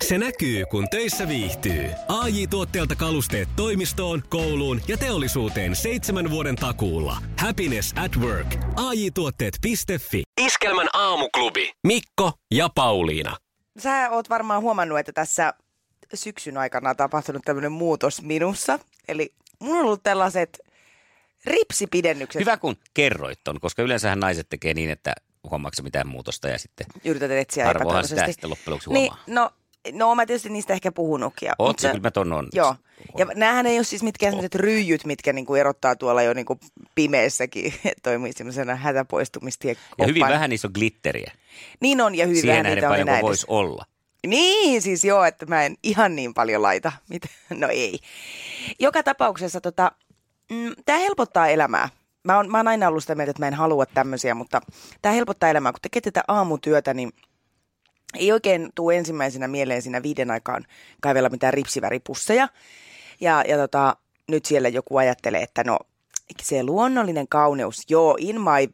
Se näkyy, kun töissä viihtyy. AJ Tuotteelta kalusteet toimistoon, kouluun ja teollisuuteen 7 vuoden takuulla. Happiness at work. AJ-tuotteet.fi. Iskelmän aamuklubi. Mikko ja Pauliina. Sä oot varmaan huomannut, että tässä syksyn aikana on tapahtunut tämmöinen muutos minussa. Eli mulla on ollut tällaiset ripsipidennykset. Hyvä kun kerroit ton, koska yleensähän naiset tekee niin, että huomaatko mitään muutosta ja sitten yrität etsiä harvoinhan sitä sitten loppujen lopuksi huomaa. Niin, no mä tietysti niistä ehkä puhunutkin. Oot se, kyllä mä ton on. Joo. Ja näähän ei ole siis mitkään sellaiset ryijyt, mitkä niinku erottaa tuolla jo niinku pimeessäkin. Toimii semmoisena hätäpoistumistie. Ja hyvin vähän niissä on glitteriä. Niin on, ja hyvin siihen vähän niitä on paljon enää kuin voisi olla. Niin, siis joo, että mä en ihan niin paljon laita. No ei. Joka tapauksessa tää helpottaa elämää. Mä oon aina ollut sitä mieltä, että mä en halua tämmöisiä, mutta tää helpottaa elämää. Kun tekee tätä aamutyötä, niin ei oikein tule ensimmäisenä mieleen siinä 5 aikaan kaivella mitään ripsiväripusseja. Ja nyt siellä joku ajattelee, että no se luonnollinen kauneus, joo, in my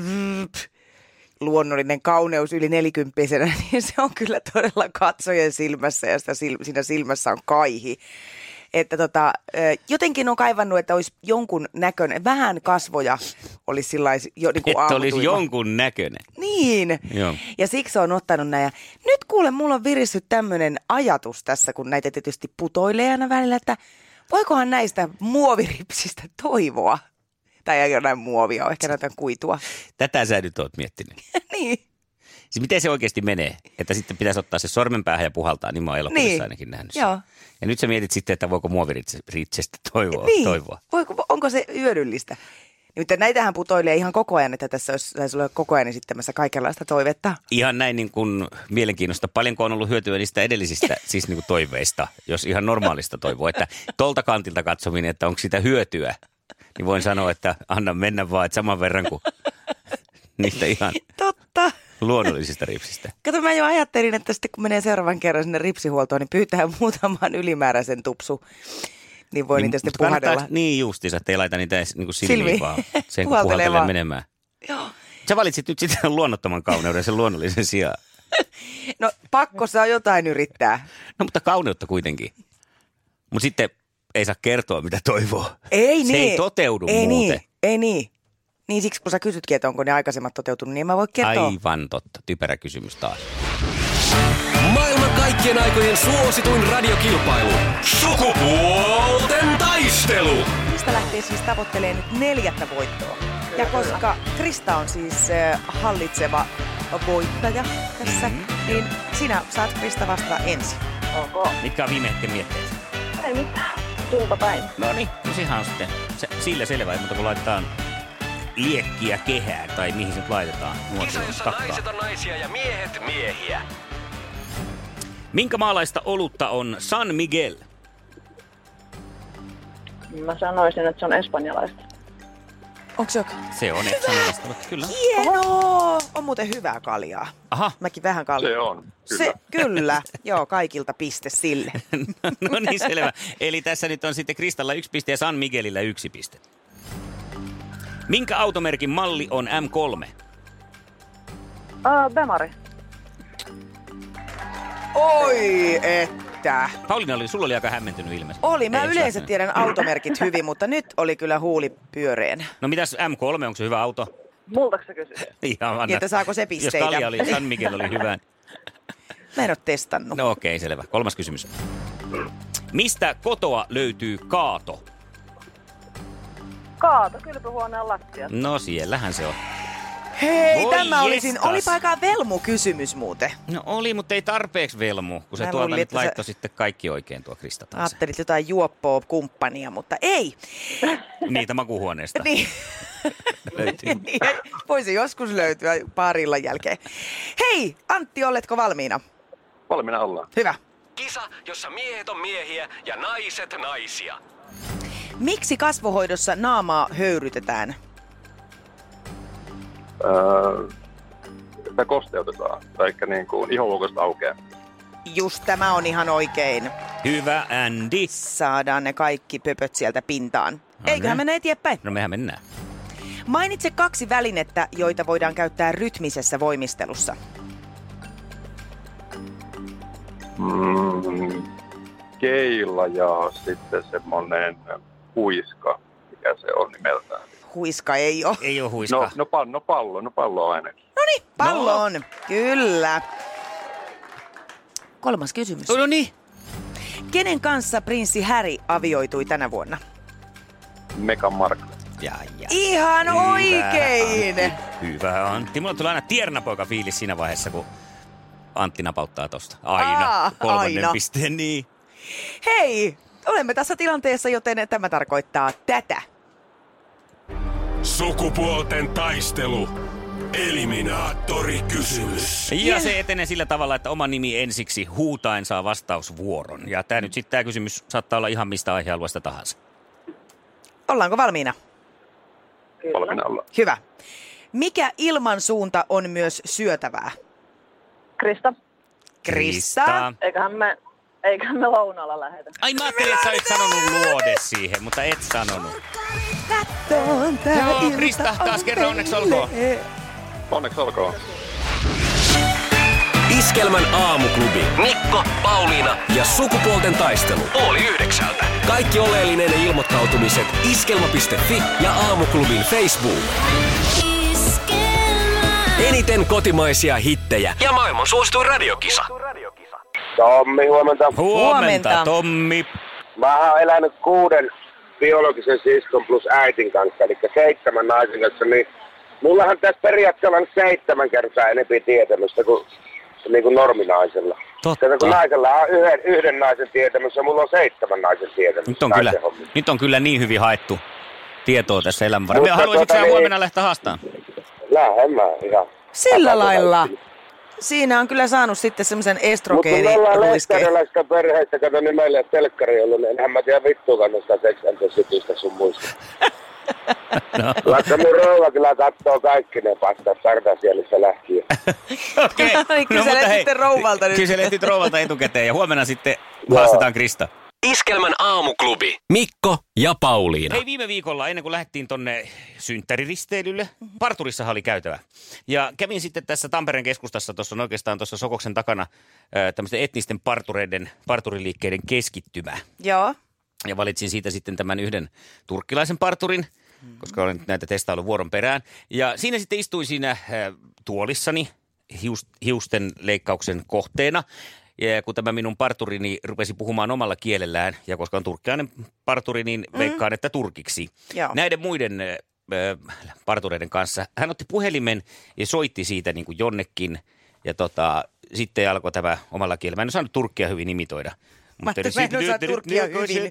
luonnollinen kauneus yli 40-vuotiaana, niin se on kyllä todella katsojen silmässä ja siinä silmässä on kaihi. Että jotenkin on kaivannut, että olisi jonkun näköinen, vähän kasvoja olisi sillais jo niin kuin että olisi jonkun näköinen. Niin. Joo. Ja siksi on ottanut näin. Ja nyt kuule, mulla on virissyt tämmöinen ajatus tässä, kun näitä tietysti putoilee aina välillä, että voikohan näistä muoviripsistä toivoa? Tai ei ole näin muovia, on ehkä näitä kuitua. Tätä sä nyt oot miettinyt. Niin. Siis miten se oikeasti menee? Että sitten pitäisi ottaa se sormenpäähän ja puhaltaa, niin mä oon elokuvissa ainakin nähnyt sen. Joo. Ja nyt sä mietit sitten, että voiko muoviritsestä toivoa. Onko se hyödyllistä? Nimittäin näitähän putoilee ihan koko ajan, että tässä saisi olla koko ajan esittämässä kaikenlaista toivetta. Ihan näin niin kuin mielenkiinnosta. Paljonko on ollut hyötyä niistä edellisistä siis niin kuin toiveista, jos ihan normaalista toivoa. Että tolta kantilta katsominen, että onko sitä hyötyä, niin voin sanoa, että anna mennä vaan, että saman verran kuin niistä ihan Totta. luonnollisista ripsistä. Kato, mä jo ajattelin, että sitten kun menee seuraavan kerran sinne ripsihuoltoon, niin pyytää muutaman ylimääräisen tupsu. Niin voi niitä sitten puhadella. Niin justiinsa, että ei laita niitä edes niin silmiin vaan. Sen kun puhaltelee menemään. Joo. Sä valitsit nyt sitten luonnottoman kauneuden, sen luonnollisen sijaan. No pakko saa jotain yrittää. No mutta kauneutta kuitenkin. Mutta sitten ei saa kertoa, mitä toivoo. Ei se niin. ei toteudu ei muuten. Ei niin. Niin siksi kun sä kysytkin, että onko ne aikaisemmat toteutunut, niin en mä voi kertoa. Aivan totta. Typerä kysymys taas. Maailman kaikkien aikojen suosituin radiokilpailu. Sukupuolten taistelu. Krista lähtee siis tavoittelemaan nyt 4. voittoa. Ja koska Krista on siis hallitseva voittaja tässä, niin sinä saat Krista vastata ensin. Okay. Mitkä on viime hetken mietteet? Ei mitään. Kilpapäin. No niin, sehän on sitten sillä selvä, mutta kun laitetaan liekkiä kehään, tai mihin se nyt laitetaan. Kisa, jossa naiset on naisia ja miehet miehiä. Minkä maalaista olutta on San Miguel? Mä sanoisin, että se on espanjalaista. Onko se oikein? Se on espanjalaista, mutta kyllä. Hienoa! On muuten hyvää kaljaa. Aha. Mäkin vähän kaljaa. Se on, kyllä. Kyllä. Joo, kaikilta piste sille. No niin, selvä. Eli tässä nyt on sitten Kristalla 1 piste ja San Miguelillä 1 piste. Minkä automerkin malli on M3? Bemari. Oi, että. Pauliina, sulla oli aika hämmentynyt ilmeisesti. Oli, mä yleensä tiedän automerkit hyvin, mutta nyt oli kyllä huuli pyöreänä. No mitäs M3, onko se hyvä auto? Multako sä kysyt? Ihan anna. Niin, että saako se pisteitä? Jos kalja oli, San Miguel oli hyvä. Mä en ole testannut. No okei, selvä. 3. kysymys. Mistä kotoa löytyy kaato? Kaato, kylpyhuoneen lattia. No siellähän se on. Hei, Voi tämä jestas. olipa aika velmu-kysymys muuten. No oli, mutta ei tarpeeksi velmu, kun se Mä tuolta luulin, nyt että laittoi sitten kaikki oikein tuo Krista taas. Ajattelit jotain juoppoa kumppania, mutta ei. Niitä makuuhuoneesta. Niin. Löytyy. Niin, voisi joskus löytyä parillan jälkeen. Hei, Antti, oletko valmiina? Valmiina ollaan. Hyvä. Kisa, jossa miehet on miehiä ja naiset naisia. Miksi kasvohoidossa naamaa höyrytetään? Sitä kosteutetaan, tai niin kuin ihovuokosta aukeaa. Just tämä on ihan oikein. Hyvä, Andy. Saadaan ne kaikki pöpöt sieltä pintaan. Eiköhän mennä eteenpäin. No mehän mennään. Mainitse 2 välinettä, joita voidaan käyttää rytmisessä voimistelussa. keila ja sitten semmonen huiska, mikä se on nimeltään. Huiska ei ole. Ei ole huiska. No pallo ainakin. Noniin, pallo on. Kyllä. 3. kysymys. No niin. Kenen kanssa prinssi Harry avioitui tänä vuonna? Meghan Markle. Ja. Ihan Hyvä, oikein. Antti. Hyvä Antti. Mulla tulee aina tiernapoika fiilis siinä vaiheessa, kun Antti napauttaa tosta. Aina. 3. aina. pisteen, niin. Hei, olemme tässä tilanteessa, joten tämä tarkoittaa tätä. Sukupuolten taistelu. Eliminaattorikysymys. Ja se etenee sillä tavalla, että oma nimi ensiksi huutaen saa vastausvuoron. Ja tämä kysymys saattaa olla ihan mistä aihealueesta tahansa. Ollaanko valmiina? Valmiina ollaan. Hyvä. Mikä ilmansuunta on myös syötävää? Krista, Krista. eiköhän me lounaalla lähetä. Ai mä ajattelin, että sä olit sanonut luode siihen, mutta et sanonut. Joo, Krista, taas kerran onneksi olkoon. Onneksi olkoon. Iskelmän aamuklubi. Mikko, Pauliina ja sukupuolten taistelu. 8:30. Kaikki oleellinen ilmoittautumiset iskelma.fi ja aamuklubin Facebook. Eniten kotimaisia hittejä ja maailman suosituin radiokisa. Tommi, huomenta. Huomenta, Tommi. Mä oon elänyt 6 biologisen siskon plus äitin kanssa, eli 7 naisen kanssa, niin mullahan tässä periaatteessa on 7 kertaa enempi tietämystä kuin norminaisella. Totta. Kun naisella on yhden naisen tietämys ja mulla on 7 naisen tietämys. Nyt on kyllä niin hyvin haettu tietoa tässä elämän varrella. Haluaisitko sä huomenna lähteä haastaan? Lähden mä ihan. Sillä lailla. Siinä on kyllä saanut sitten semmoisen estrogeeniruiskeen. Mutta me ollaan leskarilaista perheistä, kato niin meillä ei ole telkkari ollut, niin enhän mä tiedä vittuakaan noista seksantosytistä sun muista. No. Vaikka mun rouva kyllä kattoo kaikki ne pastat Sartasielistä lähtien. Okei. Kyseletitte rouvalta nyt. Kyseletit rouvalta etukäteen ja huomenna sitten haastetaan Krista. Iskelmän aamuklubi. Mikko ja Pauliina. Hei, viime viikolla, ennen kuin lähdettiin tonne synttäriristeilylle, parturissahan oli käytävä. Ja kävin sitten tässä Tampereen keskustassa, tuossa Sokoksen takana, tämmöisten etnisten parturiliikkeiden keskittymä. Joo. Ja valitsin siitä sitten tämän yhden turkkilaisen parturin, koska olen näitä testaillut vuoron perään. Ja siinä sitten istuin siinä tuolissani hiusten leikkauksen kohteena. Ja kun tämä minun parturini rupesi puhumaan omalla kielellään, ja koska on turkkilainen parturi, niin veikkaan, että turkiksi. Joo. Näiden muiden partureiden kanssa hän otti puhelimen ja soitti siitä niin kuin jonnekin. Ja sitten alkoi tämä omalla kielellä. Mä en saanut turkkia hyvin imitoida. Mä en osaa turkkia hyvin.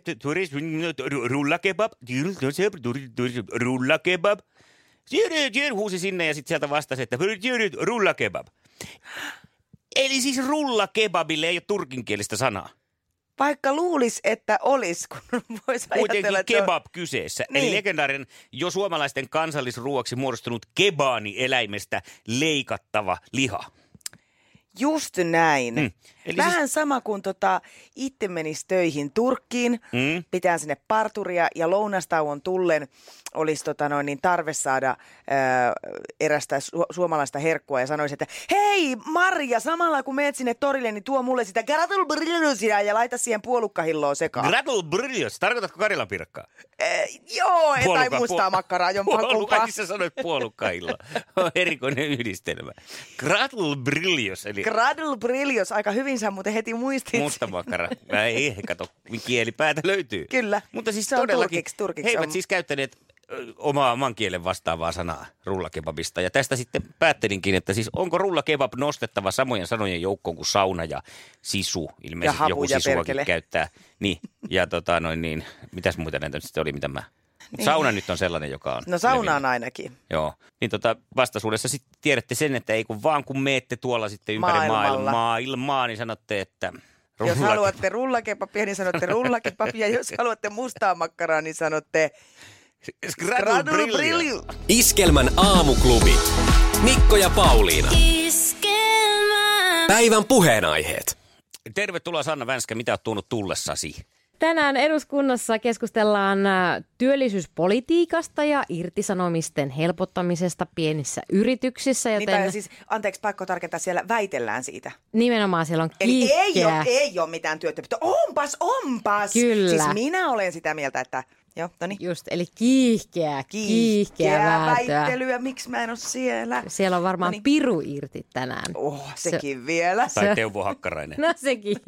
Rullakebab. Huusi sinne ja sitten sieltä vastasi, että rullakebab. Eli siis rullakebabille ei ole turkinkielistä sanaa. Vaikka luulis, että olisi, kun voisi ajatella, Kuitenkin että kebab kyseessä. Niin. Eli legendaarinen jo suomalaisten kansallisruoaksi muodostunut kebaani-eläimestä leikattava liha. Just näin. Eli Vähän sama kuin itse menisi töihin Turkkiin, pitää sinne parturia ja lounastauon tullen olisi tarve saada erästä suomalaista herkkua ja sanoisi, että hei Marja, samalla kun meet sinne torille, niin tuo mulle sitä gratulbrillusia ja laita siihen puolukkahilloa sekaan. Gratulbrillios, tarkoitatko Karilan pirkkaa? Joo, tai mustaa makkaraa, jompaa kumpaa. Ai sä sanoit puolukkahilloa. Erikoinen yhdistelmä. Gratulbrillios, eli Gradulbrillios, aika hyvin sä muuten heti muistit. musta makkara. Ei, kato, kielipäätä löytyy. Kyllä, Mutta siis se on todellakin, turkiksi he eivät on. siis käyttäneet oman kielen vastaavaa sanaa rullakebabista. Ja tästä sitten päättelinkin, että siis onko rullakebab nostettava samojen sanojen joukkoon kuin sauna ja sisu. Ilmeisesti ja joku sisuakin käyttää. Niin, ja mitäs muita näitä sitten oli, mitä mä... Mutta sauna nyt on sellainen, joka on... No sauna on ainakin. Joo. Niin vastaisuudessa sitten tiedätte sen, että ei kun vaan kun meette tuolla sitten ympäri maailmaa, niin sanotte, että... Jos haluatte rullakebabia, niin sanotte rullakebabia. Jos haluatte mustaa makkaraa, niin sanotte... Gradulbrillius. Iskelmän aamuklubi. Mikko ja Pauliina. Päivän puheenaiheet. Tervetuloa Sanna Vänskä, mitä oot tuonut tullessasi? Tänään eduskunnassa keskustellaan työllisyyspolitiikasta ja irtisanomisten helpottamisesta pienissä yrityksissä. Joten... Niin, siis, anteeksi, pakko tarkentaa, siellä väitellään siitä. Nimenomaan siellä on Eli kiihkeä. ei ole mitään työttömyyttä. Onpas! Kyllä. Siis minä olen sitä mieltä, että... Joo, noniin. Just, eli kiihkeä vääntöä. väittelyä, miksi mä en ole siellä. Siellä on varmaan piru irti tänään. Sekin vielä. Tai Teuvo Hakkarainen. No sekin.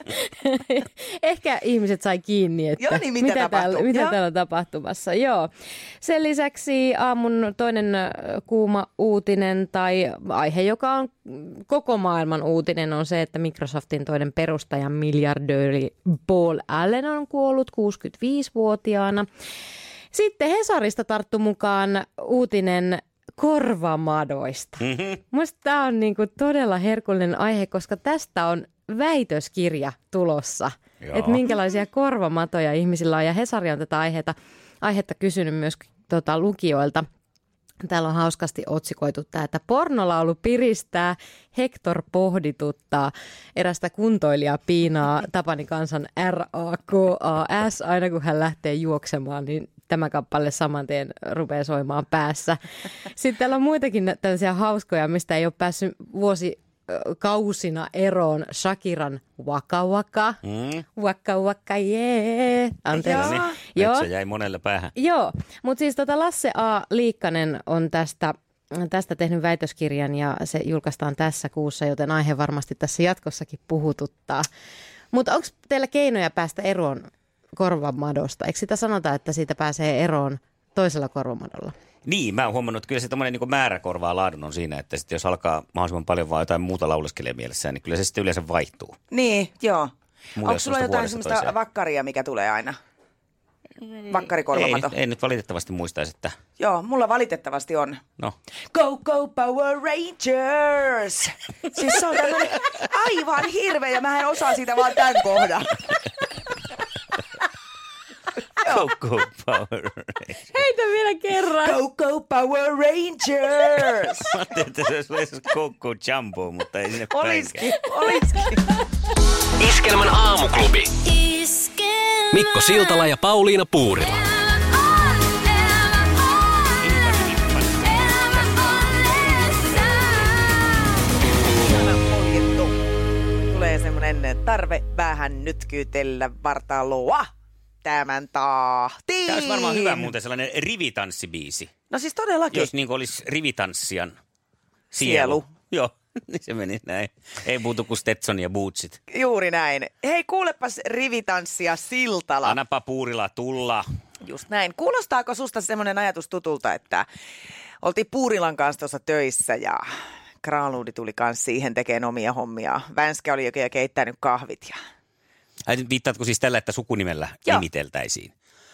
Ehkä ihmiset sai kiinni, että joo, niin mitä täällä on tapahtumassa. Joo. Sen lisäksi aamun toinen kuuma uutinen tai aihe, joka on koko maailman uutinen, on se, että Microsoftin toinen perustaja miljardööri Paul Allen on kuollut 65-vuotiaana. Sitten Hesarista tarttu mukaan uutinen korvamadoista. Mielestäni tämä on niinku todella herkullinen aihe, koska tästä on väitöskirja tulossa. Että minkälaisia korvamatoja ihmisillä on. Ja Hesari on tätä aihetta kysynyt myös lukijoilta. Täällä on hauskasti otsikoitu tämä, että pornolaulu piristää, Hector pohdituttaa, erästä kuntoilijaa piinaa Tapani Kansan RAKAS, aina kun hän lähtee juoksemaan, niin tämä kappale saman tien rupeaa soimaan päässä. Sitten täällä on muitakin tällaisia hauskoja, mistä ei ole päässyt vuosikausina eroon. Shakiran Waka Waka. Waka Waka, jee. Anteeksi. Joo. Se jäi monelle päähän. Joo, mutta siis Lasse A. Liikkanen on tästä tehnyt väitöskirjan ja se julkaistaan tässä kuussa, joten aihe varmasti tässä jatkossakin puhututtaa. Mutta onko teillä keinoja päästä eroon korvamadosta? Eikö sitä sanota, että siitä pääsee eroon toisella korvamadolla? Niin, mä oon huomannut, että kyllä se tommoinen niin määrä korvaa laadun on siinä, että sitten jos alkaa mahdollisimman paljon vaan jotain muuta lauleskelee mielessään, niin kyllä se sitten yleensä vaihtuu. Niin, joo. Mulla onko sulla jotain semmoista vakkaria, mikä tulee aina? Vakkarikorvamato. Ei nyt valitettavasti muistaisi, että... Joo, mulla valitettavasti on. No. Go, go, Power Rangers! Siis se on tämmöinen aivan hirveä ja mä en osaa siitä vaan tämän kohdan. Go, go, Power Rangers. Heitä vielä kerran. Go, go, Power Rangers! Mä ajattelin, että se olisi Go, go, Jumbo, mutta ei sinne Olisikin. Iskelmän aamuklubi. Mikko Siltala ja Pauliina Puurila. Tulee semmoinen tarve vähän nytkyytellä vartaloa tämän tahtiin. Tämä olisi varmaan hyvä muuten sellainen rivitanssibiisi. No siis todellakin. Jos niin kuin olisi rivitanssijan sielu. Joo, niin se meni näin. Ei puutu kuin Stetson ja bootsit. Juuri näin. Hei, kuulepas rivitanssia Siltala. Annapa Puurila tulla. Just näin. Kuulostaako susta semmoinen ajatus tutulta, että oltiin Puurilan kanssa tuossa töissä ja Granlund tuli kanssa siihen tekemään omia hommia. Vänskä oli jo keittänyt kahvit. Viittaatko siis tällä, että sukunimellä nimiteltäisiin?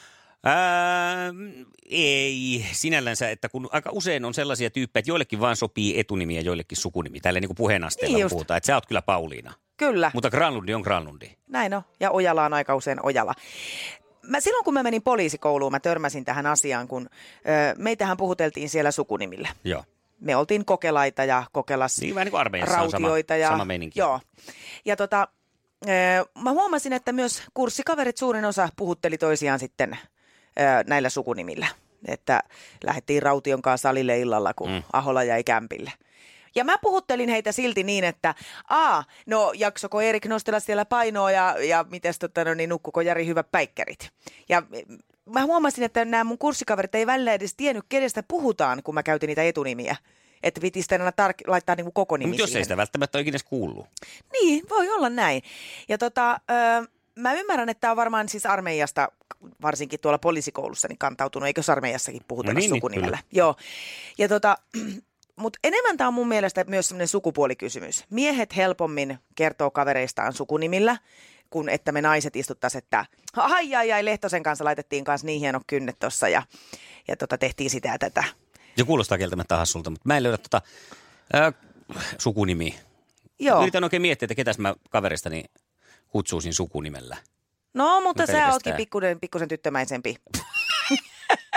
Ei sinällänsä, että kun aika usein on sellaisia tyyppejä, että joillekin vaan sopii etunimi ja joillekin sukunimi. Tälleen niin kuin puheenasteella niin puhutaan, että sä oot kyllä Pauliina. Kyllä. Mutta Granlundi on Granlundi. Näin on. Ja Ojala on aika usein Ojala. Silloin kun mä menin poliisikouluun, mä törmäsin tähän asiaan, kun meitähän puhuteltiin siellä sukunimillä. Joo. Me oltiin Kokelaita ja Kokelas niin, vähän niin kuin armeijassa Rautioita. on sama meininki. Joo. Ja mä huomasin, että myös kurssikaverit suurin osa puhutteli toisiaan sitten näillä sukunimillä. Että lähdettiin Raution kanssa salille illalla, kun Ahola jäi kämpille. Ja mä puhuttelin heitä silti niin, että no jaksoko Erik nostella siellä painoa ja mites nukkuko Jari hyvät päikkärit. Ja mä huomasin, että nämä mun kurssikaverit ei välillä edes tiennyt, kenestä puhutaan, kun mä käytin niitä etunimiä. Että piti sitä laittaa niinku koko nimi siihen. Mutta jos ei sitä välttämättä ole ikinä kuullut. Niin, voi olla näin. Ja mä ymmärrän, että tämä on varmaan siis armeijasta, varsinkin tuolla poliisikoulussa, niin kantautunut. Eikö armeijassakin puhuta sukunimellä? Niin, joo. Ja mutta enemmän tämä on mun mielestä myös semmoinen sukupuolikysymys. Miehet helpommin kertoo kavereistaan sukunimillä, kun että me naiset istuttaisiin, että ai, Lehtosen kanssa laitettiin kanssa niin hieno kynnet tuossa ja tehtiin sitä ja tätä. Se kuulostaa kieltämättä hassulta, mutta mä en löydä sukunimiä. Joo. Yritän oikein miettiä, että ketäs mä kaveristani kutsuisin sukunimellä. No, mutta sä ootkin pikkusen tyttömäisempi.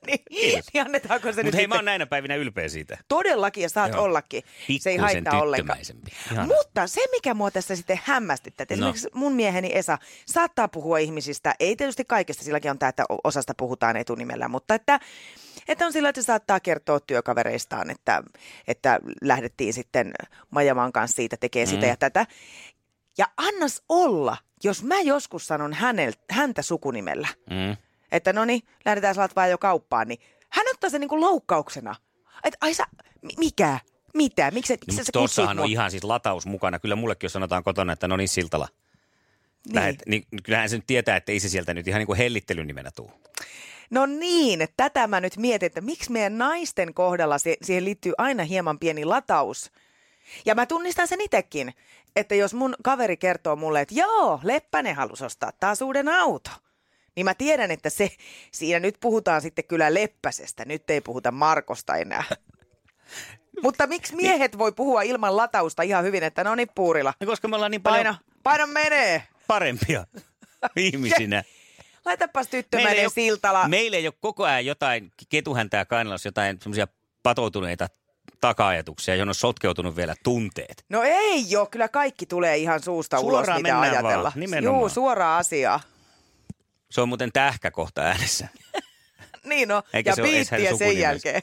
niin annetaanko se nyt Mutta hei, sitten? mä oon näinä päivinä ylpeä siitä. Todellakin, ja saat ollakin. Se ei haittaa ollenkaan. Mutta se, mikä mua tässä sitten hämmästyttää, että esimerkiksi mun mieheni Esa saattaa puhua ihmisistä, ei tietysti kaikesta, silläkin on tämä, että osasta puhutaan etunimellä, mutta että on sillä, että se saattaa kertoa työkavereistaan, että lähdettiin sitten Majamaan kanssa siitä tekee sitä ja tätä. Ja annas olla, jos mä joskus sanon häntä sukunimellä, että no niin, lähdetään Latvaan jo kauppaan, niin hän ottaa sen niin kuin loukkauksena. Että ai sä, mikä? Mitä? Miksi sä kutsuit Tossahan mua? on ihan siis lataus mukana. Kyllä mullekin jos sanotaan kotona, että no niin Siltala. Niin kyllähän se nyt tietää, että ei se sieltä nyt ihan niin kuin hellittelynimenä tuu. No niin, että tätä mä nyt mietin, että miksi meidän naisten kohdalla siihen liittyy aina hieman pieni lataus. Ja mä tunnistan sen itsekin, että jos mun kaveri kertoo mulle, että joo, Leppänen halusi ostaa taas uuden auto, niin mä tiedän, että siinä nyt puhutaan sitten kyllä Leppäsestä, nyt ei puhuta Markosta enää. Mutta miksi miehet voi puhua ilman latausta ihan hyvin, että no niin Puurila. Koska me ollaan niin paljon Paina menee. Parempia ihmisinä. Laitapas tyttömäinen Siltala. Meillä ei ole koko ajan jotain ketuhäntää kainalossa, jotain semmoisia patoutuneita taka-ajatuksia, johon on sotkeutunut vielä tunteet. No ei ole, kyllä kaikki tulee ihan suusta suoraan ulos, mitä ajatella. Juu, suoraa asiaa. Se on muuten tähkä kohta äänessä. Niin no, eikä ja biittiä sen jälkeen.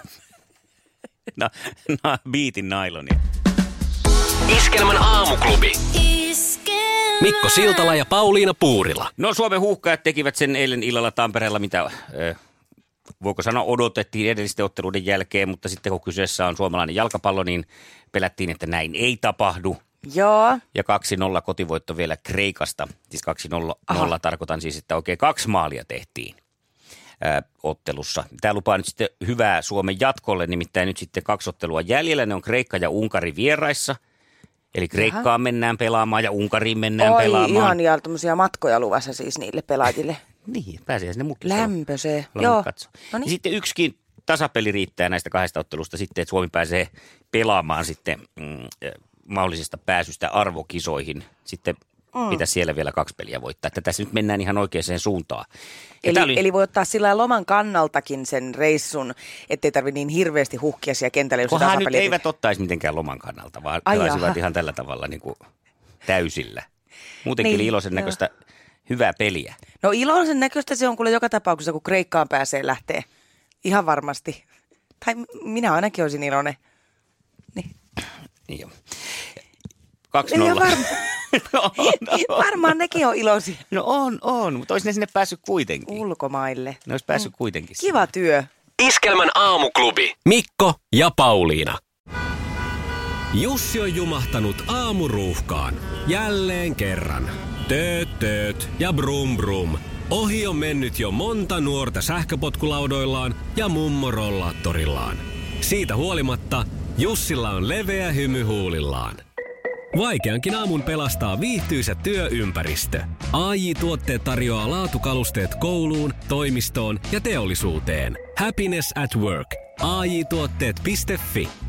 No, biitin nailonia. Iskelmän aamuklubi. Mikko Siltala ja Pauliina Puurila. No Suomen huuhkajat tekivät sen eilen illalla Tampereella, mitä voiko sanoa odotettiin edellisten otteluiden jälkeen, mutta sitten kun kyseessä on suomalainen jalkapallo, niin pelättiin, että näin ei tapahdu. Joo. Ja 2-0 kotivoitto vielä Kreikasta. Siis 2-0 tarkoitan siis, että oikein 2 maalia tehtiin ottelussa. Tämä lupaa nyt sitten hyvää Suomen jatkolle, nimittäin nyt sitten 2 ottelua jäljellä. Ne on Kreikka ja Unkari vieraissa. Eli Kreikkaan mennään pelaamaan ja Unkariin mennään pelaamaan. Oi, ihania tämmöisiä matkoja luvassa siis niille pelaajille. Niin, pääsee sinne mukaan. Lämpöisee, joo. No niin. Sitten yksikin tasapeli riittää näistä 2 ottelusta sitten, että Suomi pääsee pelaamaan sitten mahdollisesta pääsystä arvokisoihin. Sitten pitäisi siellä vielä 2 peliä voittaa. Että tässä nyt mennään ihan oikeaan suuntaan. Eli voi ottaa sillä loman kannaltakin sen reissun, ettei tarvitse niin hirveästi huhkia siellä kentällä. Kohan nyt eivät ottaisi mitenkään loman kannalta, vaan pelaisivat ihan tällä tavalla niin kuin täysillä. Muutenkin niin, iloisen näköistä hyvää peliä. No iloisen näköistä se on kuule joka tapauksessa, kun Kreikkaan pääsee lähtee. Ihan varmasti. Tai minä ainakin olisin iloinen. Niin joo. 2-0. Varmaan nekin on iloisia. No on, mutta olisi ne sinne päässyt kuitenkin. Ulkomaille. Ne olisi päässyt kuitenkin. Kiva työ. Iskelmän aamuklubi. Mikko ja Pauliina. Jussi on jumahtanut aamuruuhkaan. Jälleen kerran. Tööt ja brum brum. Ohi on mennyt jo monta nuorta sähköpotkulaudoillaan ja mummorollaattorillaan. Siitä huolimatta Jussilla on leveä hymy huulillaan. Vaikeankin aamun pelastaa viihtyisä työympäristö. AJ-tuotteet tarjoaa laatukalusteet kouluun, toimistoon ja teollisuuteen. Happiness at work. AJ-tuotteet.fi